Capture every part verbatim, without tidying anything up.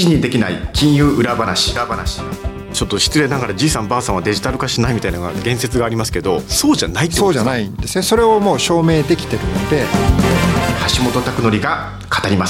記にできない金融裏話。裏話ちょっと失礼ながらじいさんばあさんはデジタル化しないみたいな言説がありますけど、そうじゃないってことですか？ そうじゃないんですね。それをもう証明できてるので、 橋本拓典が語ります。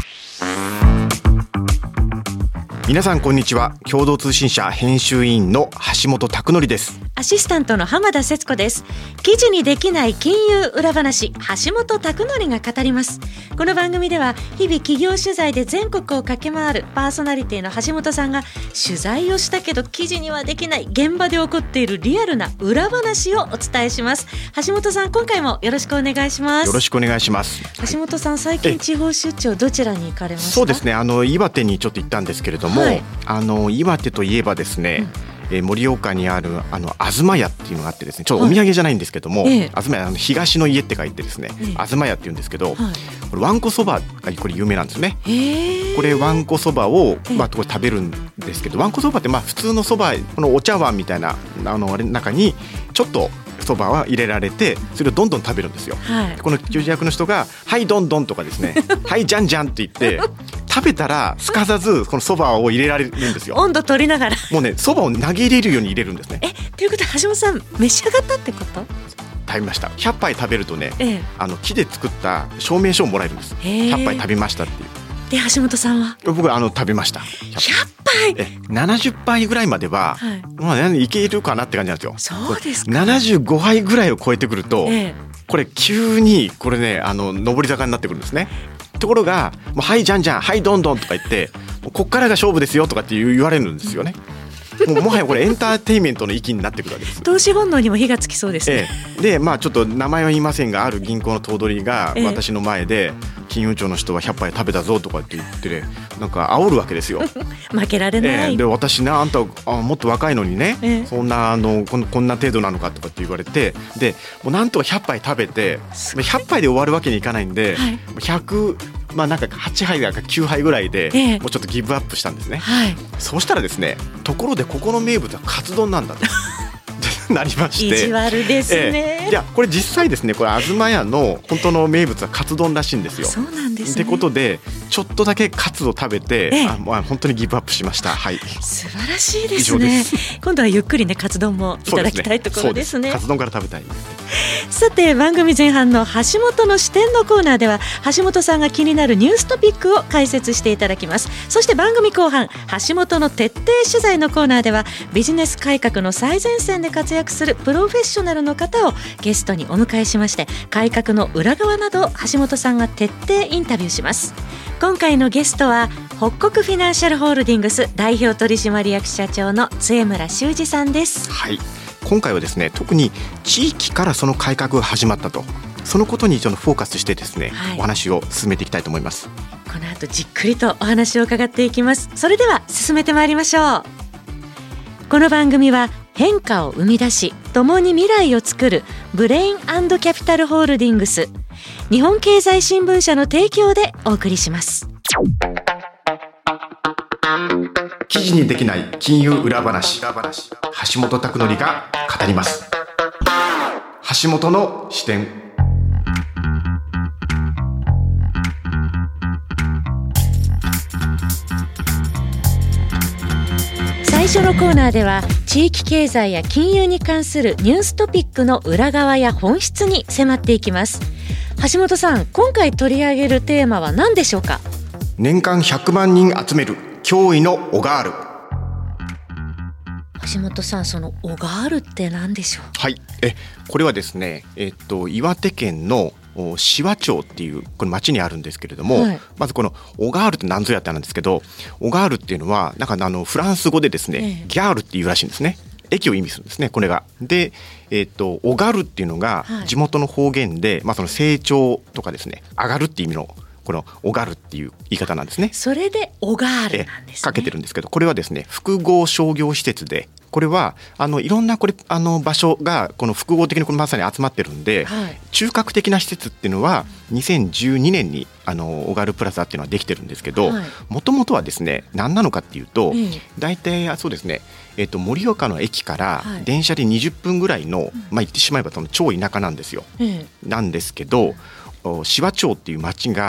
皆さんこんにちは。共同通信社編集委員の橋本拓典です。 アシスタントの浜田節子です。記事にできない金融裏話、橋本拓典が語ります。この番組では日々企業取材で全国を駆け回るパーソナリティの橋本さんが、取材をしたけど記事にはできない現場で起こっているリアルな裏話をお伝えします。橋本さん、今回もよろしくお願いします。 よろしくお願いします。 橋本さん、最近地方出張どちらに行かれました？ そうですね、あの岩手にちょっと行ったんですけれども、はい、あの岩手といえばですね、うん、え盛岡にあるあの東屋っていうのがあってですね、ちょっとお土産じゃないんですけども、はい、東屋、あの東の家って書いてですね、ええ、東屋っていうんですけど、はい、これわんこそばがこれ有名なんですね。これわんこそばを、まあ、これ食べるんですけど、わんこそばってまあ普通のそば、このお茶碗みたいなあのあれの中にちょっとそばは入れられて、それをどんどん食べるんですよ、はい、この給仕役の人がはいどんどんとかですねはいじゃんじゃんって言って食べたらすかさずこのそばを入れられるんですよ。 温度取りながらもうね、そばを投げ入れるように入れるんですね。 え、ということは橋本さん召し上がったってこと？ 食べました。ひゃっぱい食べるとね、ええ、あの木で作った証明書をもらえるんです。ひゃっぱい食べましたっていう。 で橋本さんは？ 僕はあの食べました。 ひゃっぱいえななじゅっぱいぐらいまでは、はい、まあ、いけるかなって感じなんですよ。 そうですか。 ななじゅうごはいぐらいを超えてくると、ええ、これ急にこれね、あの上り坂になってくるんですね。ところがもうはいじゃんじゃんはいどんどんとか言って、こっからが勝負ですよとかって言われるんですよね。もうもはやこれエンターテインメントの域になってくるわけです。 投資本能にも火がつきそうですね、 ええ、でまあちょっと名前は言いませんが、ある銀行の頭取が私の前で、ええ、金融庁の人はひゃっぱい食べたぞとかって言ってね、なんか煽るわけですよ負けられない、 ええ、で私な、あんたあもっと若いのにね、ええ、そんなあのこん、こんな程度なのかとかって言われて、でもうなんとかひゃっぱい食べて、ひゃっぱいで終わるわけにいかないんで、はい、ひゃくまあ、なんかはちはいだかきゅうはいぐらいで、ええ、もうちょっとギブアップしたんですね、はい、そうしたらですね、ところでここの名物はカツ丼なんだとなりまして、 意地悪ですね、 ええ、いやこれ実際ですね、これ東屋の本当の名物はカツ丼らしいんですよ。 そうなんですね。 ってことでちょっとだけカツを食べて、ええ、あまあ、本当にギブアップしました、はい、 素晴らしいですね。今度はゆっくりね、カツ丼もいただきたいところですね。 カツ丼から食べたい。 さて、番組前半の橋本の視点のコーナーでは、橋本さんが気になるニューストピックを解説していただきます。そして番組後半、橋本の徹底取材のコーナーでは、ビジネス改革の最前線で活躍するプロフェッショナルの方をゲストにお迎えしまして、改革の裏側などを橋本さんが徹底インタビューします。今回のゲストは北国フィナンシャルホールディングス代表取締役社長の津村修二さんです。 はい、今回はですね、特に地域からその改革が始まったと、そのことにちょっとフォーカスしてですね、はい、お話を進めていきたいと思います。 この後じっくりとお話を伺っていきます。それでは進めてまいりましょう。この番組は変化を生み出し共に未来を作るブレイン&キャピタルホールディングス、日本経済新聞社の提供でお送りします。 記事にできない金融裏話、橋本拓典が語ります。橋本の視点。 最初のコーナーでは、地域経済や金融に関するニューストピックの裏側や本質に迫っていきます。橋本さん、今回取り上げるテーマは何でしょうか？ 年間ひゃくまんにん集める驚異のオガール。 橋本さん、そのオガールって何でしょう？ はい、えこれはですね、えっと、岩手県の紫波町っていうこれ町にあるんですけれども、はい、まずこのオガールって何ぞやってなんですけど、オガールっていうのはなんかあのフランス語でですね、ええ、ギャールっていうらしいんですね。駅を意味するんですね、これが。で、えー、とオガルっていうのが地元の方言で、はい、まあ、その成長とかですね、上がるっていう意味のこのオガルっていう言い方なんですね。 それでオガールなんですね。 かけてるんですけど、これはですね、複合商業施設で、これはあのいろんなこれあの場所がこの複合的にこのまさに集まってるんで、はい、中核的な施設っていうのはにせんじゅうにねんにあのオガルプラザっていうのはできてるんですけど、もともとはですね、何なのかっていうと、大体、うん、そうですね、えー、と盛岡の駅から電車でにじゅっぷんぐらいの、はい、まあ、言ってしまえばその超田舎なんですよ、うん、なんですけど、紫波町っていう町が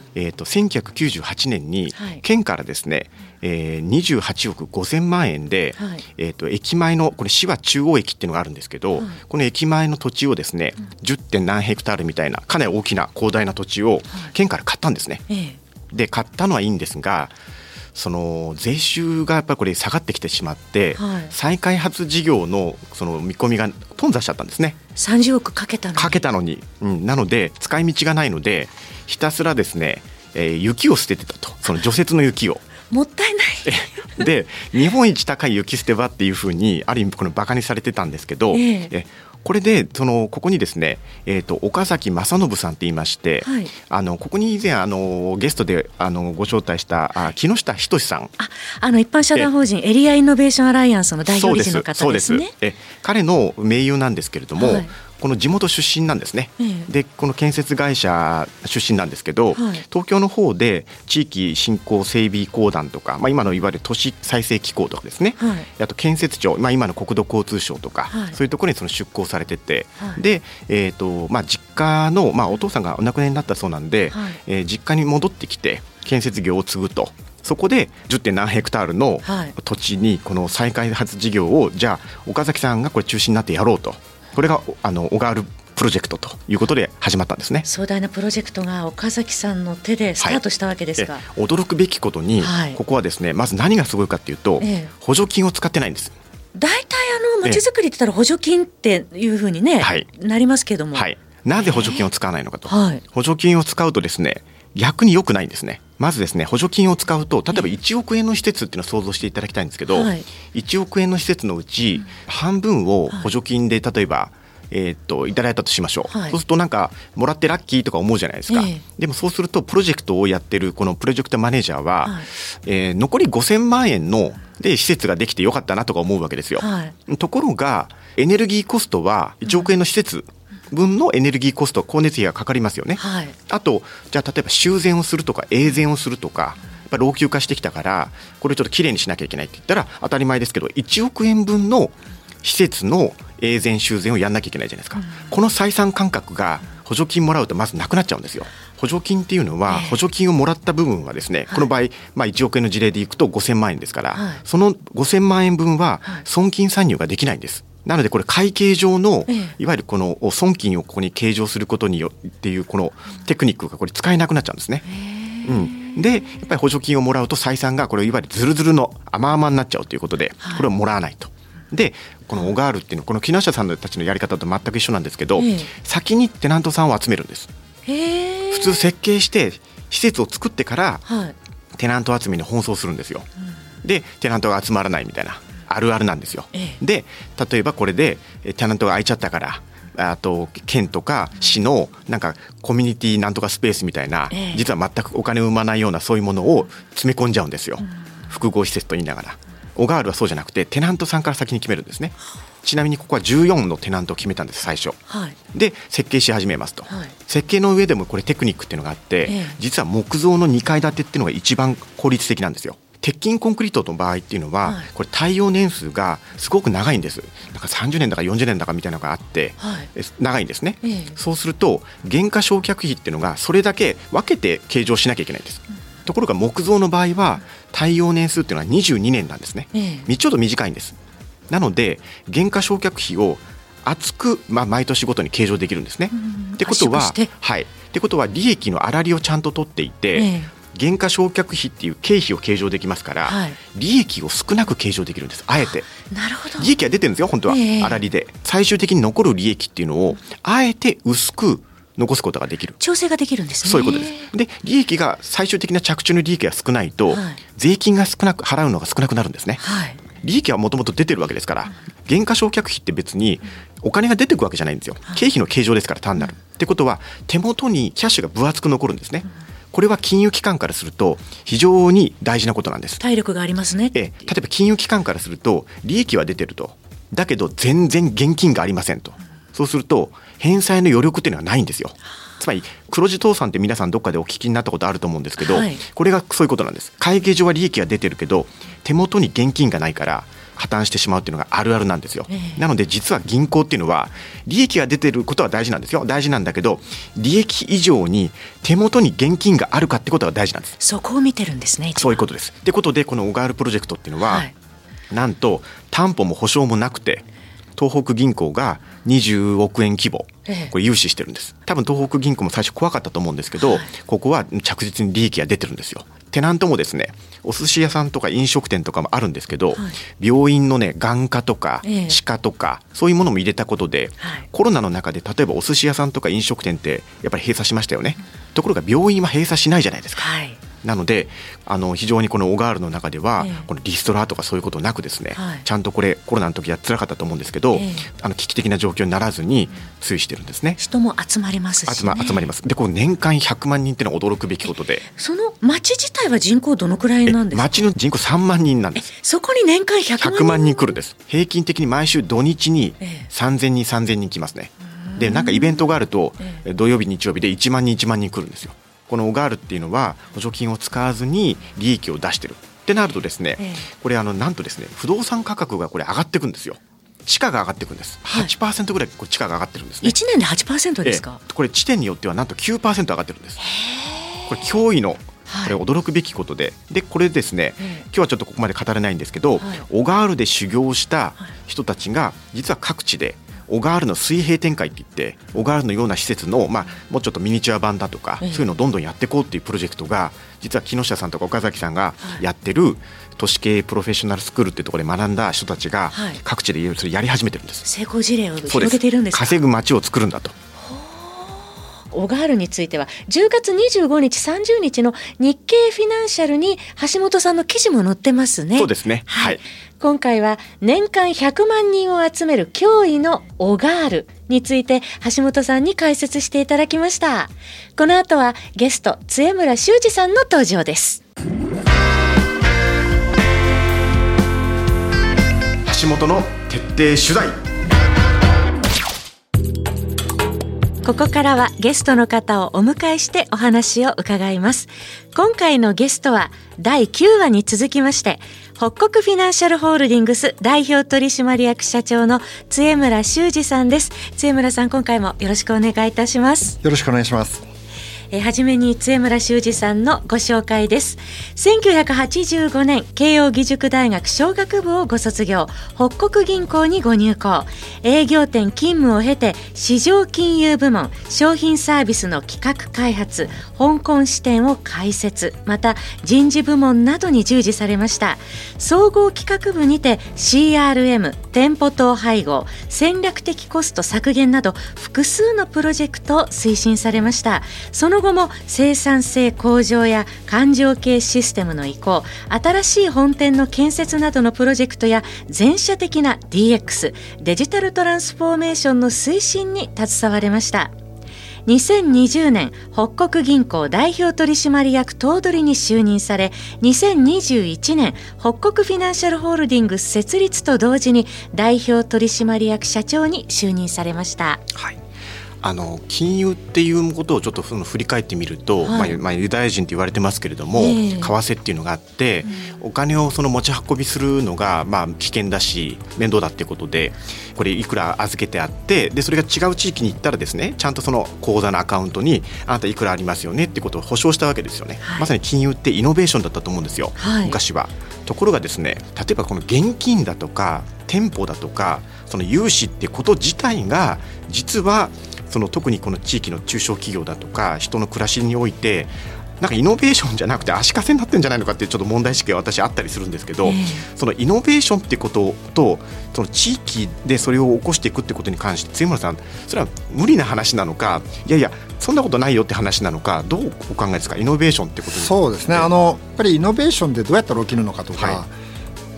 えー、とせんきゅうひゃくきゅうじゅうはちねんに県からですね、えー、にじゅうはちおくごせんまんえんで、はい、えー、と駅前のこれ市は中央駅っていうのがあるんですけど、はい、この駅前の土地をですね、うん、じゅってん何ヘクタールみたいなかなり大きな広大な土地を県から買ったんですね、はい、で買ったのはいいんですが、その税収がやっぱりこれ下がってきてしまって、はい、再開発事業のその見込みが頓挫しちゃったんですね。 さんじゅうおくかけたのにかけたのに、うん、なので使い道がないのでひたすらですね、えー、雪を捨ててたと、その除雪の雪をもったいないで日本一高い雪捨て場っていうふうにある意味このバカにされてたんですけど、えー、えこれでそのここにですね、えー、と岡崎正信さんって言いまして、はい、あのここに以前あのゲストであのご招待したあ木下仁さん、 ああの一般社団法人エリアイノベーションアライアンスの代表理事の方ですね。 そうです、そうです。え彼の盟友なんですけれども、はい、この地元出身なんですね、ええ、でこの建設会社出身なんですけど、はい、東京の方で地域振興整備公団とか、まあ、今のいわゆる都市再生機構とかですね、はい、あと建設庁、まあ、今の国土交通省とか、はい、そういうところにその出向されてて、はい、で、えーとまあ、実家の、まあ、お父さんがお亡くなりになったそうなんで、はい、えー、実家に戻ってきて建設業を継ぐと、そこで じゅってん何ヘクタールの土地にこの再開発事業をじゃあ岡崎さんがこれ中心になってやろうと、これがあのオガールプロジェクトということで始まったんですね。 壮大なプロジェクトが岡崎さんの手でスタートしたわけですが、はい、 驚くべきことに、はい、ここはですねまず何がすごいかというと、ええ、補助金を使ってないんです。 大体あの街づくりって言ったら補助金っていうふうに、ね、はい、なりますけども、 はい、なぜ補助金を使わないのかと、はい、補助金を使うとですね逆に良くないんですね。まずですね補助金を使うと例えばいちおくえんの施設っていうのを想像していただきたいんですけど、はい、いちおくえんの施設のうち半分を補助金で例えばえー、といただいたとしましょう、はい、そうするとなんかもらってラッキーとか思うじゃないですか、えー、でもそうするとプロジェクトをやってるこのプロジェクトマネージャーは、はい、えー、残りごせんまんえんので施設ができてよかったなとか思うわけですよ、はい、ところがエネルギーコストはいちおくえんの施設分のエネルギーコスト、光熱費がかかりますよね、はい、あとじゃあ例えば修繕をするとか永全をするとか、やっぱ老朽化してきたからこれちょっときれいにしなきゃいけないって言ったら当たり前ですけどいちおくえんぶんの施設の永全修繕をやんなきゃいけないじゃないですか、うん、この採算感覚が補助金もらうとまずなくなっちゃうんですよ。補助金っていうのは、補助金をもらった部分はですね、この場合、まあ、いちおくえんの事例でいくとごせんまんえんですから、はい、そのごせんまんえんぶんは損金算入ができないんです。なのでこれ会計上のいわゆるこの損金をここに計上することによっていうこのテクニックがこれ使えなくなっちゃうんですね。うん、でやっぱり補助金をもらうと採算がこれいわゆるズルズルの甘々になっちゃうということでこれをもらわないと。でこのオガールっていうのはこの木下さんたちのやり方と全く一緒なんですけど、えー、先にテナントさんを集めるんです。へー。普通設計して施設を作ってから、はい、テナント集めに奔走するんですよ、うん、でテナントが集まらないみたいなあるあるなんですよ、えー、で例えばこれでテナントが空いちゃったからあと県とか市のなんかコミュニティなんとかスペースみたいな、えー、実は全くお金を生まないようなそういうものを詰め込んじゃうんですよ、うん、複合施設と言いながら。オガールはそうじゃなくてテナントさんから先に決めるんですね。ちなみにここはじゅうよんのテナントを決めたんです最初、はい、で設計し始めますと、はい、設計の上でもこれテクニックっていうのがあって、ええ、実は木造のにかい建てっていうのが一番効率的なんですよ。鉄筋コンクリートの場合っていうのは、はい、これ耐用年数がすごく長いんです。なんかさんじゅうねんだかよんじゅうねんだかみたいなのがあって、はい、長いんですね、ええ、そうすると減価償却費っていうのがそれだけ分けて計上しなきゃいけないんです、うん、ところが木造の場合は耐用年数っていうのはにじゅうにねんなんですね、ええ、ちょっと短いんです。なので減価償却費を厚く、まあ、毎年ごとに計上できるんですね。ってことは、はい、ってことは利益の粗利をちゃんと取っていて、ええ、減価償却費っていう経費を計上できますから、はい、利益を少なく計上できるんです。あえてなるほど。 利益は出てるんですよ本当は、ええ、粗利で最終的に残る利益っていうのをあえて薄く残すことができる。 調整ができるんですね。 そういうことです。で利益が最終的な着地の利益が少ないと、はい、税金が少なく払うのが少なくなるんですね、はい、利益はもともと出てるわけですから、うん、減価償却費って別にお金が出てくわけじゃないんですよ、はい、経費の計上ですから単なる、うん、ってことは手元にキャッシュが分厚く残るんですね、うん、これは金融機関からすると非常に大事なことなんです。 体力がありますね。 え例えば金融機関からすると利益は出てると、だけど全然現金がありませんと、 そうすると返済の余力っていうのはないんですよ。つまり黒字倒産って皆さんどっかでお聞きになったことあると思うんですけど、はい、これがそういうことなんです。会計上は利益が出てるけど手元に現金がないから破綻してしまうっていうのがあるあるなんですよ、えー、なので実は銀行っていうのは利益が出てることは大事なんですよ。大事なんだけど利益以上に手元に現金があるかってことが大事なんです。 そこを見てるんですね。 そういうことです。ってことでこのオガールプロジェクトっていうのは、はい、なんと担保も保証もなくて東北銀行がにじゅうおくえん規模これ融資してるんです。多分東北銀行も最初怖かったと思うんですけど、はい、ここは着実に利益が出てるんですよ。テナントもですねお寿司屋さんとか飲食店とかもあるんですけど、はい、病院のね眼科とか歯科とか、えー、そういうものも入れたことで、はい、コロナの中で例えばお寿司屋さんとか飲食店ってやっぱり閉鎖しましたよね、うん、ところが病院は閉鎖しないじゃないですか、はい、なのであの非常にこのオガールの中では、えー、このリストラとかそういうことなくですね、はい、ちゃんとこれコロナの時は辛かったと思うんですけど、えー、あの危機的な状況にならずに推移してるんですね。 人も集まりますし、ね、 集ま、集まります。でこう年間ひゃくまんにんっていうのは驚くべきことで、 その町自体は人口どのくらいなんですか？ 町の人口さんまんにんなんです。 そこに年間ひゃくまんにん、ひゃくまんにん来るんです。平均的に毎週土日にさんぜんにんさんぜんにん来ますね。でなんかイベントがあると土曜日日曜日でいちまんにんいちまんにん来るんですよ。このオガールっていうのは補助金を使わずに利益を出してるってなるとですね、ええ、これあのなんとですね不動産価格がこれ上がっていくんですよ。地価が上がっていくんです。 はちパーセント ぐらいこれ地価が上がってるんですね。 いちねんで はちパーセント ですか？ ええ、これ地点によってはなんと きゅうパーセント 上がってるんです。これ驚異のこれ驚くべきことで、でこれですね、今日はちょっとここまで語れないんですけど、はい、オガールで修行した人たちが実は各地でオガールの水平展開っていってオガールのような施設の、まあ、もうちょっとミニチュア版だとか、そういうのをどんどんやっていこうっていうプロジェクトが実は木下さんとか岡崎さんがやってる都市系プロフェッショナルスクールっていうところで学んだ人たちが各地でいろいろそれやり始めてるんです。 成功事例を広げているんですか？ 稼ぐ街を作るんだと。 オガールについてはじゅうがつにじゅうごにちさんじゅうにちの日経フィナンシャルに橋本さんの記事も載ってますね。 そうですね、はい、 今回は年間ひゃくまんにんを集める驚異のオガールについて橋本さんに解説していただきました。この後はゲスト津村修二さんの登場です。 橋本の徹底取材。 ここからはゲストの方をお迎えしてお話を伺います。今回のゲストはだいきゅうわに続きまして北国フィナンシャルホールディングス代表取締役社長の津村修二さんです。津村さん、今回もよろしくお願いいたします。 よろしくお願いします。 えはじめに津村修二さんのご紹介です。せんきゅうひゃくはちじゅうごねん慶應義塾大学商学部をご卒業、北国銀行にご入行、営業店勤務を経て市場金融部門、商品サービスの企画開発、香港支店を開設、また人事部門などに従事されました。総合企画部にて シーアールエム、 店舗統廃合、戦略的コスト削減など複数のプロジェクトを推進されました。その後も生産性向上や環状系システムの移行、新しい本店の建設などのプロジェクトや全社的な ディーエックス デジタルトランスフォーメーションの推進に携われました。にせんにじゅうねん北国銀行代表取締役頭取に就任され、にせんにじゅういちねん北国フィナンシャルホールディングス設立と同時に代表取締役社長に就任されました。 はい、あの金融っていうことをちょっとその振り返ってみると、はい、まあ、まあユダヤ人って言われてますけれども、えー、為替っていうのがあって、うん、お金をその持ち運びするのがまあ危険だし面倒だっていうことで、これいくら預けてあって、でそれが違う地域に行ったらですね、ちゃんとその口座のアカウントにあなたいくらありますよねってことを保証したわけですよね、はい、まさに金融ってイノベーションだったと思うんですよ、はい、昔は。ところがですね、例えばこの現金だとか店舗だとかその融資ってこと自体が実はその特にこの地域の中小企業だとか人の暮らしにおいてなんかイノベーションじゃなくて足かせになってるんじゃないのかっていうちょっと問題意識が私あったりするんですけど、えー、そのイノベーションってこととその地域でそれを起こしていくってことに関して津村さん、それは無理な話なのか、いやいやそんなことないよって話なのか、どうお考えですか？イノベーションってことに。 そうですね、あのやっぱりイノベーションってどうやったら起きるのかとか、はい、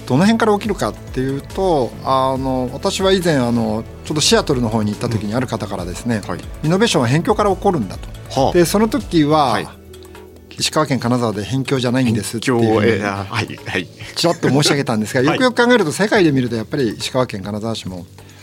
どの辺から起きるかっていうと、あの私は以前あのちょっとシアトルの方に行った時にある方からですね、うん、はい、イノベーションは辺境から起こるんだと、はあ、でその時は、はい、石川県金沢で辺境じゃないんですっていうちらっと申し上げたんですが、よくよく考えると世界で見るとやっぱり石川県金沢市も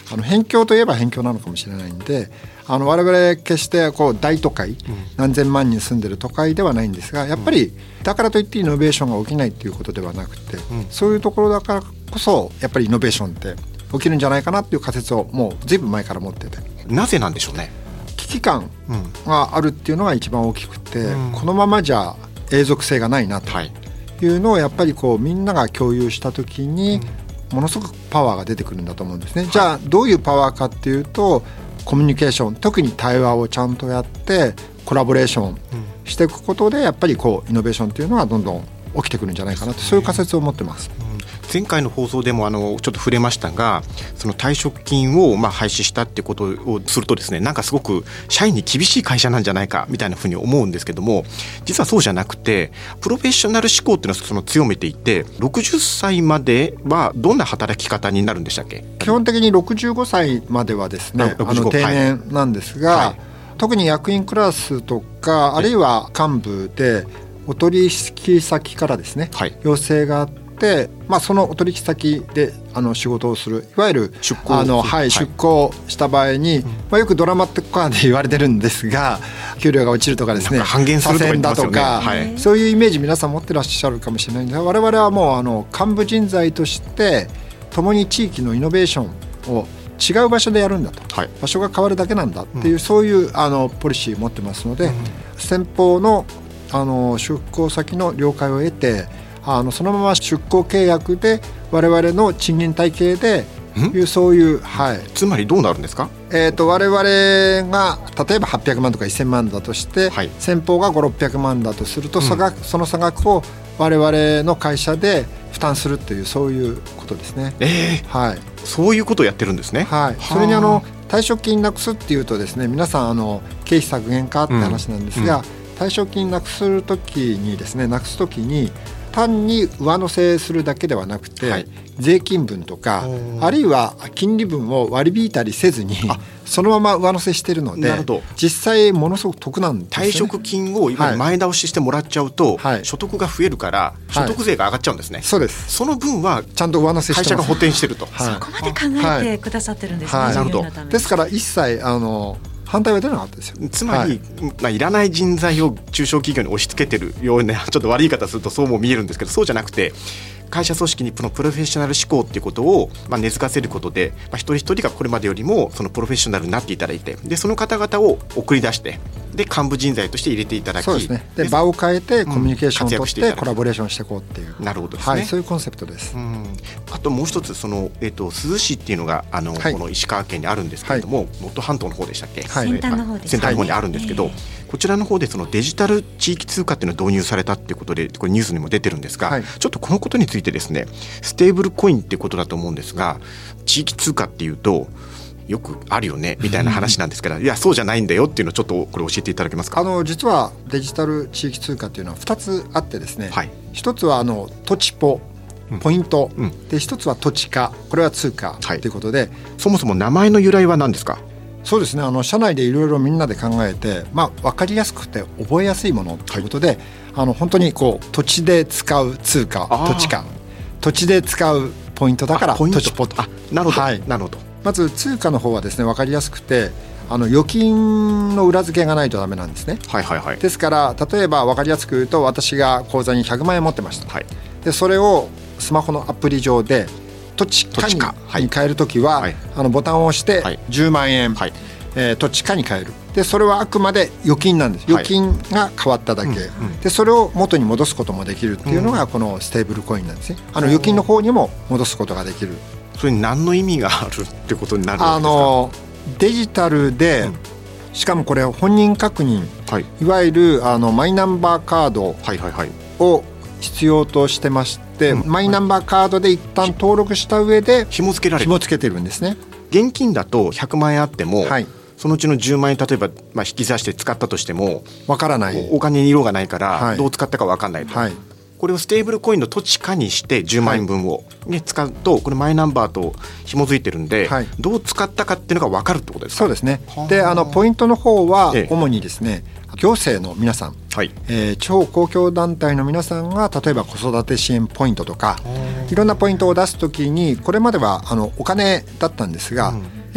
あの辺境といえば辺境なのかもしれないんで、あの我々決してこう大都会、うん、何千万人住んでる都会ではないんですが、やっぱりだからといってイノベーションが起きないっていうことではなくて、うん、そういうところだからこそやっぱりイノベーションって起きるんじゃないかなっていう仮説をもうずいぶん前から持ってて、 なぜなんでしょうね。 危機感があるっていうのが一番大きくて、うん、このままじゃ永続性がないなというのをやっぱりこうみんなが共有した時にものすごくパワーが出てくるんだと思うんですね、はい、じゃあどういうパワーかっていうと、コミュニケーション、特に対話をちゃんとやってコラボレーションしていくことでやっぱりこうイノベーションっていうのはどんどん起きてくるんじゃないかなと、そういう仮説を持ってます。 前回の放送でもあのちょっと触れましたが、その退職金をまあ廃止したってことをするとですね、なんかすごく社員に厳しい会社なんじゃないかみたいなふうに思うんですけども、実はそうじゃなくてプロフェッショナル志向っていうのはその強めていて、ろくじゅっさいまではどんな働き方になるんでしたっけ。 基本的にろくじゅうごさいまではですね、あの定年なんですが、はいはい、特に役員クラスとかあるいは幹部でお取引先からですね、はい、要請があってでまあ、そのお取引先であの仕事をする、いわゆる出向あの、はい、出向した場合に、うんまあ、よくドラマとかで言われてるんですが、給料が落ちるとかですね、 半減するとか言ってますよね、 左遷だとか、はい、そういうイメージ皆さん持ってらっしゃるかもしれないんですが、我々はもうあの幹部人材として共に地域のイノベーションを違う場所でやるんだと、はい、場所が変わるだけなんだっていう、うん、そういうあのポリシーを持ってますので、うん、先方の、あの出向先の了解を得て、あのそのまま出向契約で我々の賃金体系でいうそういう、はい、 つまりどうなるんですか。 えー、と我々が例えばはっぴゃくまんとかせんまんだとして、はい、先方がごひゃくろっぴゃくまんだとすると、うん、その差額を我々の会社で負担するという、そういうことですね。 えーはい、そういうことをやってるんですね。 はい、それにあの退職金なくすっていうとですね、皆さんあの経費削減かって話なんですが、うんうん、退職金なくすときにですね、なくすときに単に上乗せするだけではなくて、はい、税金分とかあるいは金利分を割り引いたりせずにそのまま上乗せしているので、実際ものすごく得なんですね。 退職金を今前倒ししてもらっちゃうと、はい、所得が増えるから所得税が上がっちゃうんですね、はい、 そうです。 その分はちゃんと上乗せしてます。 会社が補填してると、 はい、そこまで考えてくださってるんですね、はいはい、 なるほど。 ですから一切あの反対は出なかったですよ。 つまり、はいまあ、いらない人材を中小企業に押し付けてるようなちょっと悪い言い方するとそうも見えるんですけど、そうじゃなくて会社組織にこのプロフェッショナル志向っていうことを、まあ、根付かせることで、まあ、一人一人がこれまでよりもそのプロフェッショナルになっていただいて、でその方々を送り出してで幹部人材として入れていただき、 そうですね、で場を変えてコミュニケーションを取ってコラボレーションしていこうっていう、 なるほどですね、 はい、そういうコンセプトです。 うん、あともう一つその、えー、と珠洲市っていうのがあの、はい、この石川県にあるんですけれども、能登、はい、半島の方でしたっけ、 はい、先端の方です、 先端の方にあるんですけど、はい、こちらの方でそのデジタル地域通貨っていうのを導入されたっていうことでこれニュースにも出てるんですが、はい、ちょっとこのことについてですね、ステーブルコインってことだと思うんですが、地域通貨っていうとよくあるよねみたいな話なんですから、いやそうじゃないんだよっていうのをちょっとこれ教えていただけますか。 あの実はデジタル地域通貨っていうのはふたつあってですね、はい、ひとつはあの土地ポポイント、うんうん、でひとつは土地化、これは通貨ということで、はい、 そもそも名前の由来は何ですか。 そうですね、あの社内でいろいろみんなで考えて、まあ、分かりやすくて覚えやすいものということで、はい、あの本当にこう土地で使う通貨土地化、土地で使うポイントだから土地ポと。 あ、なるほど、 はい、 なるほど。 まず通貨の方はですね分かりやすくて、あの預金の裏付けがないとダメなんですね、はいはいはい、ですから例えば分かりやすく言うと、私が口座にひゃくまんえん持ってました、はい、でそれをスマホのアプリ上で土地価に、はい、に変えるときは、はい、あのボタンを押してじゅうまんえん、はいえー、土地価に変える。でそれはあくまで預金なんです。預金が変わっただけ、はいうんうん、でそれを元に戻すこともできるっていうのがこのステーブルコインなんですね。あの預金の方にも戻すことができる。 それに何の意味があるってことになるんですか。 あのデジタルで、うん、しかもこれ本人確認、はい、いわゆるあのマイナンバーカードを必要としてまして、はいはいはい、マイナンバーカードで一旦登録した上で紐付けられる、 紐付けてるんですね。 現金だとひゃくまんえんあっても、はい、そのうちのじゅうまんえん例えば、まあ、引き出して使ったとしてもわからない、 お金に色がないから、はい、どう使ったかわかんないと、はい、これをステーブルコインの土地価にしてじゅうまんえんぶんを、ね、使うとこれマイナンバーと紐づいてるんで、はい、どう使ったかっていうのが分かるってことですか。 そうですね。であのポイントの方は主にですね、ええ、行政の皆さん、はいえー、地方公共団体の皆さんが例えば子育て支援ポイントとかいろんなポイントを出すときに、これまではあのお金だったんですが、うん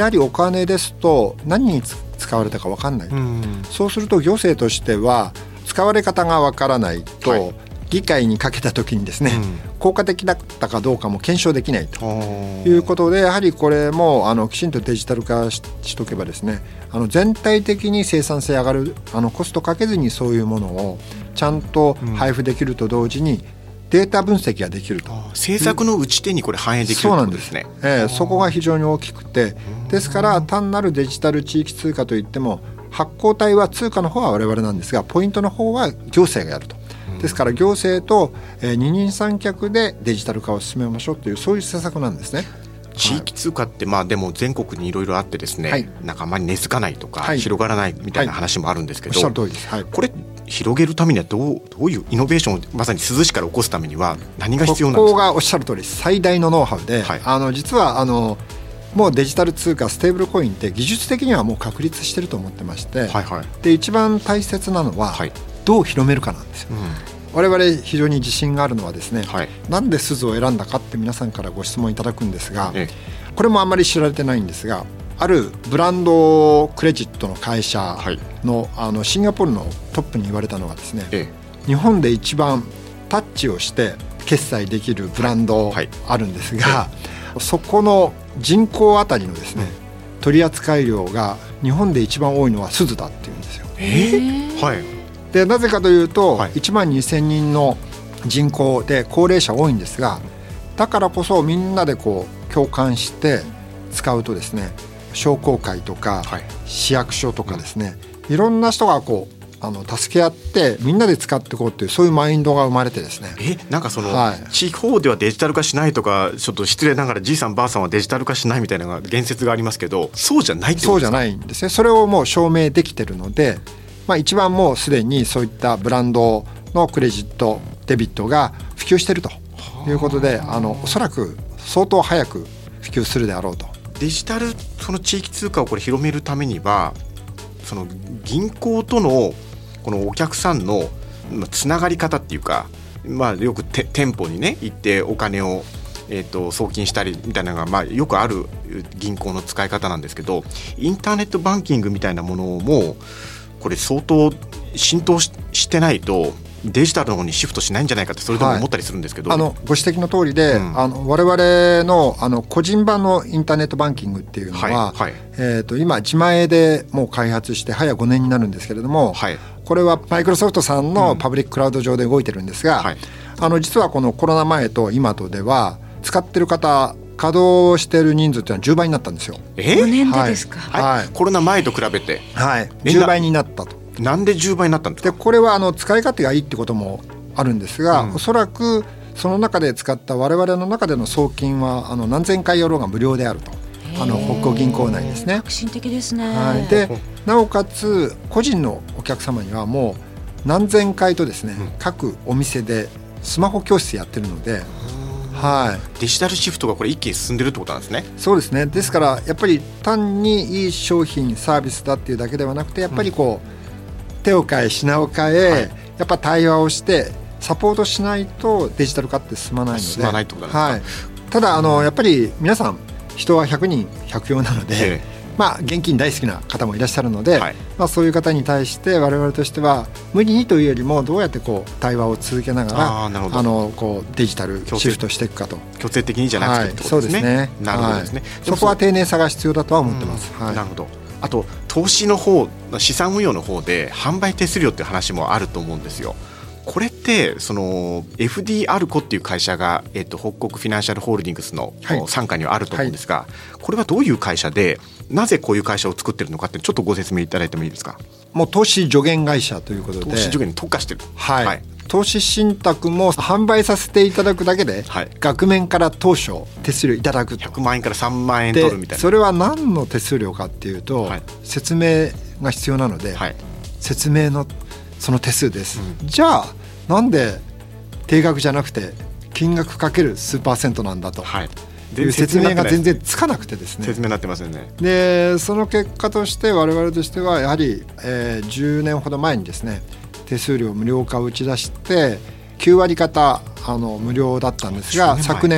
やはりお金ですと何に使われたか分かんないと、うん、そうすると行政としては使われ方が分からないと、はい、議会にかけた時にですね、うん、効果的だったかどうかも検証できないということで、やはりこれもあのきちんとデジタル化 し, しとけばですね、あの全体的に生産性上がる、あのコストかけずにそういうものをちゃんと配布できると同時に、うん、データ分析ができると。 政策の打ち手にこれ反映できるということですね。 そうなんです、えー、そこが非常に大きくて、ですから単なるデジタル地域通貨といっても発行体は通貨の方は我々なんですが、ポイントの方は行政がやると。ですから行政と、えー、二人三脚でデジタル化を進めましょうという、そういう施策なんですね。 地域通貨って、まあ、でも全国にいろいろあってですね、はい、なんかあまり根付かないとか、はい、広がらないみたいな話もあるんですけど、 はいはい、おっしゃる通りです、はい、 これ広げるためにはどう、どういうイノベーションをまさに珠洲市から起こすためには何が必要なんですか。 ここがおっしゃる通り最大のノウハウで、はい、あの実はあのもうデジタル通貨ステーブルコインって技術的にはもう確立してると思ってまして、はいはい、で一番大切なのは、はい、どう広めるかなんですよ、うん、我々非常に自信があるのはですね、はい、なんで珠洲を選んだかって皆さんからご質問いただくんですが、ええ、これもあんまり知られてないんですが、あるブランドクレジットの会社 の,、はい、あのシンガポールのトップに言われたのはですね、ええ、日本で一番タッチをして決済できるブランドあるんですが、はいはい、そこの人口あたりのですね、うん、取扱量が日本で一番多いのは珠洲だっていうんですよ。 えーはい、 でなぜかというと、はい、いちまんにせんにんの人口で高齢者多いんですが、だからこそみんなでこう共感して使うとですね、商工会とか、はい、市役所とかですね、いろんな人がこうあの助け合ってみんなで使っていこうという、そういうマインドが生まれてですね。 えなんかその、はい、地方ではデジタル化しないとか、ちょっと失礼ながらじいさんばあさんはデジタル化しないみたいな言説がありますけど、そうじゃないってことですか。 そうじゃないんですね。それをもう証明できてるので、まあ、一番もうすでにそういったブランドのクレジットデビットが普及しているということで、あのおそらく相当早く普及するであろうと。 デジタルその地域通貨をこれ広めるためには、その銀行とのこのお客さんのつながり方っていうか、まあ、よくて店舗にね行ってお金を、えー、と送金したりみたいなのが、まあ、よくある銀行の使い方なんですけど、インターネットバンキングみたいなものもこれ相当浸透 し, してないとデジタルの方にシフトしないんじゃないかって、それでも思ったりするんですけど、 はい、あのご指摘の通りで、うん、あの我々 の, あの個人版のインターネットバンキングっていうのは、はいはい、えー、と今自前でもう開発して早ごねんになるんですけれども、はい、これはマイクロソフトさんのパブリッククラウド上で動いてるんですが、うんはい、あの実はこのコロナ前と今とでは使ってる方、稼働している人数っていうのはじゅうばいになったんですよ。 えごねんでですか。 はいはい、コロナ前と比べて、 はい、じゅうばいになったと。 なんでじゅうばいになったんですか。 でこれはあの使い勝手がいいってこともあるんですが、うん、おそらくその中で使った我々の中での送金はあの何千回やろうが無料であると、あの北欧銀行内ですね。 革新的ですね。 はい、でなおかつ個人のお客様にはもう何千回とですね、うん、各お店でスマホ教室やってるので、はい、 デジタルシフトがこれ一気に進んでるってことなんですね。 そうですね。ですからやっぱり単にいい商品サービスだっていうだけではなくて、やっぱりこう、うん、手を変え品を変え、はい、やっぱ対話をしてサポートしないとデジタル化って進まないので、 進まないってことなんですか。 はい、ただあのやっぱり皆さん人はひゃくにんひゃく用なので、ええ、まあ、現金大好きな方もいらっしゃるので、はい、まあ、そういう方に対して我々としては無理にというよりもどうやってこう対話を続けながら、ああのこうデジタルシフトしていくかと。 強制的にじゃなくてってことですね。はい、そうですね。なるほどですね。はい、 そこは丁寧さが必要だとは思ってます。はい、 なるほど。あと投資の方、資産運用の方で販売手数料っていう話もあると思うんですよ。これってその エフディー アルコっていう会社が、えっと、北国フィナンシャルホールディングスの傘下にはあると思うんですが、はい、これはどういう会社でなぜこういう会社を作ってるのかってちょっとご説明いただいてもいいですか。 もう投資助言会社ということで、 投資助言に特化してる。 はい、はい、投資信託も販売させていただくだけで、はい、額面から当初手数料いただくと。 ひゃくまんえんからさんまんえん取るみたいな。 それは何の手数料かっていうと、はい、説明が必要なので、はい、説明のその手数です。うん、じゃあなんで定額じゃなくて金額かける数パーセントなんだと、はい、いう説明が全然つかなくてですね。 説明になってますよね。 でその結果として我々としてはやはり、えー、じゅうねんほど前にですね、手数料無料化を打ち出してきゅうわり方あの無料だったんですが、昨年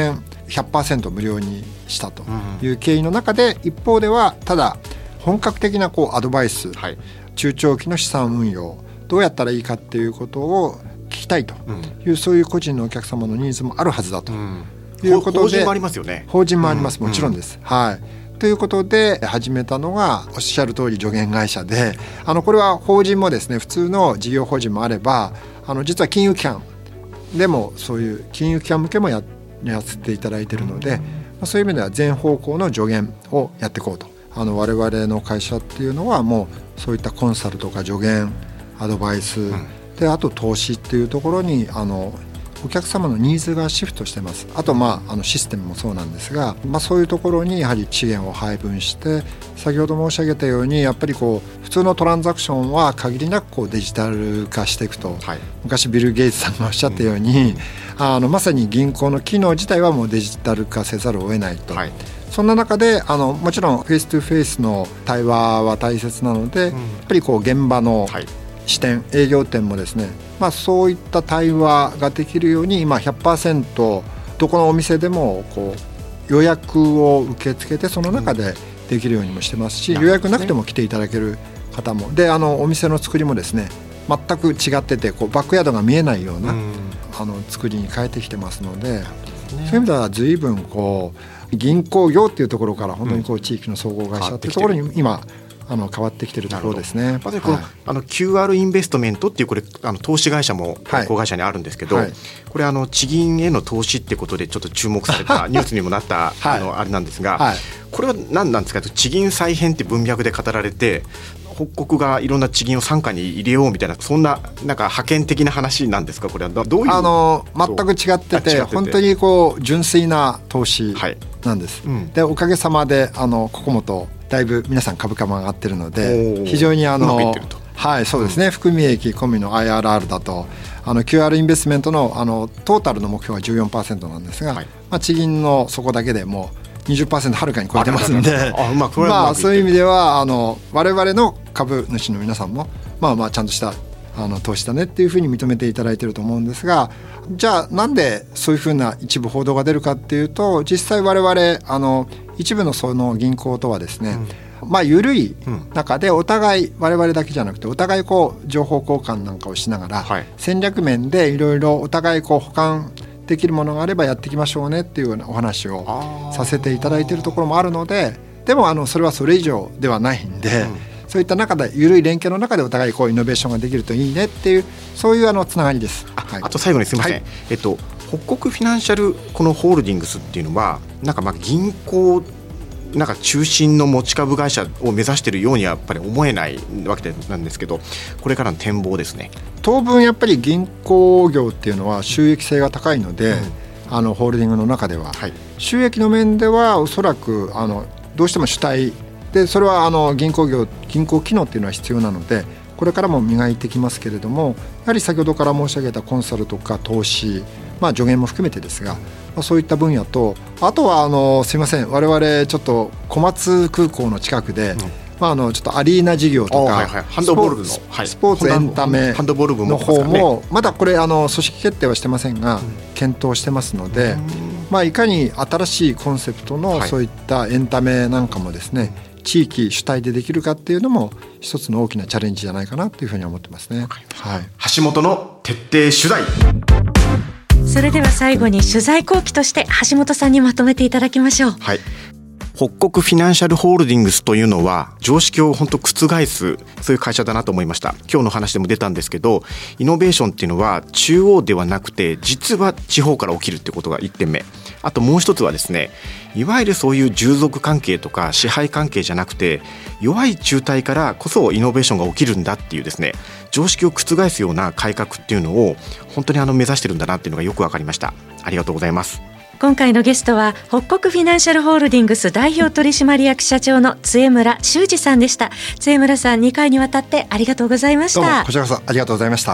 ひゃくパーセント 無料にしたという経緯の中で、一方ではただ本格的なこうアドバイス、はい、中長期の資産運用どうやったらいいかっていうことを聞きたいという、うん、そういう個人のお客様のニーズもあるはずだということで、 法人もありますよね。 法人もあります、もちろんです、うん、はい。ということで始めたのがおっしゃる通り助言会社で、あのこれは法人もですね、普通の事業法人もあれば、あの実は金融機関でもそういう金融機関向けも や, やらせていただいているので、そういう意味では全方向の助言をやっていこうと。あの我々の会社っていうのはもうそういったコンサルとか助言、アドバイス、うん、であと投資っていうところにあのお客様のニーズがシフトしてます。あと、まあ、あのシステムもそうなんですが、まあ、そういうところにやはり資源を配分して、先ほど申し上げたようにやっぱりこう普通のトランザクションは限りなくこうデジタル化していくと、はい、昔ビル・ゲイツさんがおっしゃったように、うん、あのまさに銀行の機能自体はもうデジタル化せざるを得ないと、はい、そんな中であのもちろんフェイストゥフェイスの対話は大切なので、うん、やっぱりこう現場の、はい、視点、営業点もですね、まあ、そういった対話ができるように今 ひゃくパーセント どこのお店でもこう予約を受け付けて、その中でできるようにもしてますし、うん、予約なくても来ていただける方もで、あのお店の作りもですね全く違ってて、こうバックヤードが見えないような、うん、あの作りに変えてきてますので、ね、そういう意味では随分こう銀行業っていうところから本当にこう地域の総合会社っていうところに今あの変わってきているところですね。 まさにこの、はい、あの キューアール インベストメントっていうこれあの投資会社も子会社にあるんですけど、はいはい、これあの地銀への投資ってことでちょっと注目されたニュースにもなった、はい、あのあれなんですが、はい、これは何なんですか。地銀再編って文脈で語られて、北国がいろんな地銀を傘下に入れようみたいな、そんななんか覇権的な話なんですか。これはどういう、 あの全く違ってて、本当にこう純粋な投資なんです、はい、うん、でおかげさまであのここもとだいぶ皆さん株価も上がってるので、非常にあのはいそうですね、うん、含み益込みの アイアールアール だとあの キューアール インベストメント の, あのトータルの目標は じゅうよんパーセント なんですが、はい、まあ、地銀のそこだけでもう にじゅっパーセント はるかに超えてますんで、まあそういう意味ではあの我々の株主の皆さんもまあまあちゃんとしたあの投資だねっていうふうに認めていただいていると思うんですが、じゃあなんでそういうふうな一部報道が出るかっていうと、実際我々あの一部のその銀行とはですね、うん、まあ緩い中でお互い我々だけじゃなくてお互いこう情報交換なんかをしながら、はい、戦略面でいろいろお互いこう補完できるものがあればやっていきましょうねっていうようなお話をさせていただいているところもあるので、でもあのそれはそれ以上ではないんで、うん、そういった中で緩い連携の中でお互いこうイノベーションができるといいねっていう、そういうあのつながりです。 あ,、はい、あと最後にすみません、はい、えっと、北国フィナンシャルこのホールディングスっていうのはなんかまあ銀行なんか中心の持ち株会社を目指しているようにはやっぱり思えないわけなんですけど、これからの展望ですね。 当分やっぱり銀行業っていうのは収益性が高いので、うん、あのホールディングの中では、はい、収益の面ではおそらくあのどうしても主体で、それはあの銀行業銀行機能っていうのは必要なのでこれからも磨いてきますけれども、やはり先ほどから申し上げたコンサルとか投資、まあ、助言も含めてですが、まあ、そういった分野と、あとはあのすいません、我々ちょっと小松空港の近くで、うん、まあ、あのちょっとアリーナ事業とか、 はいはい、ハンドボールのスポーツ、スポーツエンタメの方もまだこれあの組織決定はしてませんが、うん、検討してますので、まあ、いかに新しいコンセプトのそういったエンタメなんかもですね、はい、地域主体でできるかっていうのも一つの大きなチャレンジじゃないかなというふうに思ってますね。 はい、橋本の徹底取材。 それでは最後に取材後期として橋本さんにまとめていただきましょう。 はい、北国フィナンシャルホールディングスというのは常識を本当覆すそういう会社だなと思いました。今日の話でも出たんですけど、イノベーションっていうのは中央ではなくて実は地方から起きるってことがいってんめ。あともう一つはですね、いわゆるそういう従属関係とか支配関係じゃなくて弱い中帯からこそイノベーションが起きるんだっていうですね、常識を覆すような改革っていうのを本当にあの目指してるんだなっていうのがよく分かりました。ありがとうございます。 今回のゲストは北国フィナンシャルホールディングス代表取締役社長の津江村修二さんでした。津江村さん、にかいにわたってありがとうございました。 どうもこちらこそありがとうございました。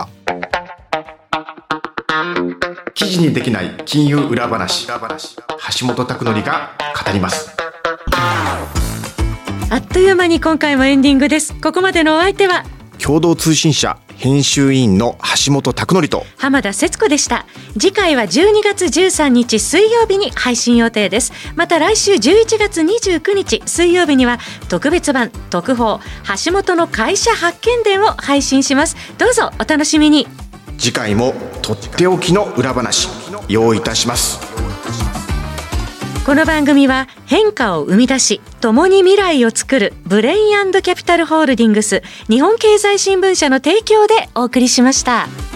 記事にできない金融裏話、橋本拓典が語ります。 あっという間に今回もエンディングです。ここまでのお相手は共同通信社編集委員の橋本拓典と浜田節子でした。次回はじゅうにがつじゅうさんにち水曜日に配信予定です。また来週じゅういちがつにじゅうくにち水曜日には特別版特報橋本の会社発見伝を配信します。どうぞお楽しみに。 次回もとっておきの裏話用意いたします。 この番組は変化を生み出し共に未来を作るブレイン&キャピタルホールディングス日本経済新聞社の提供でお送りしました。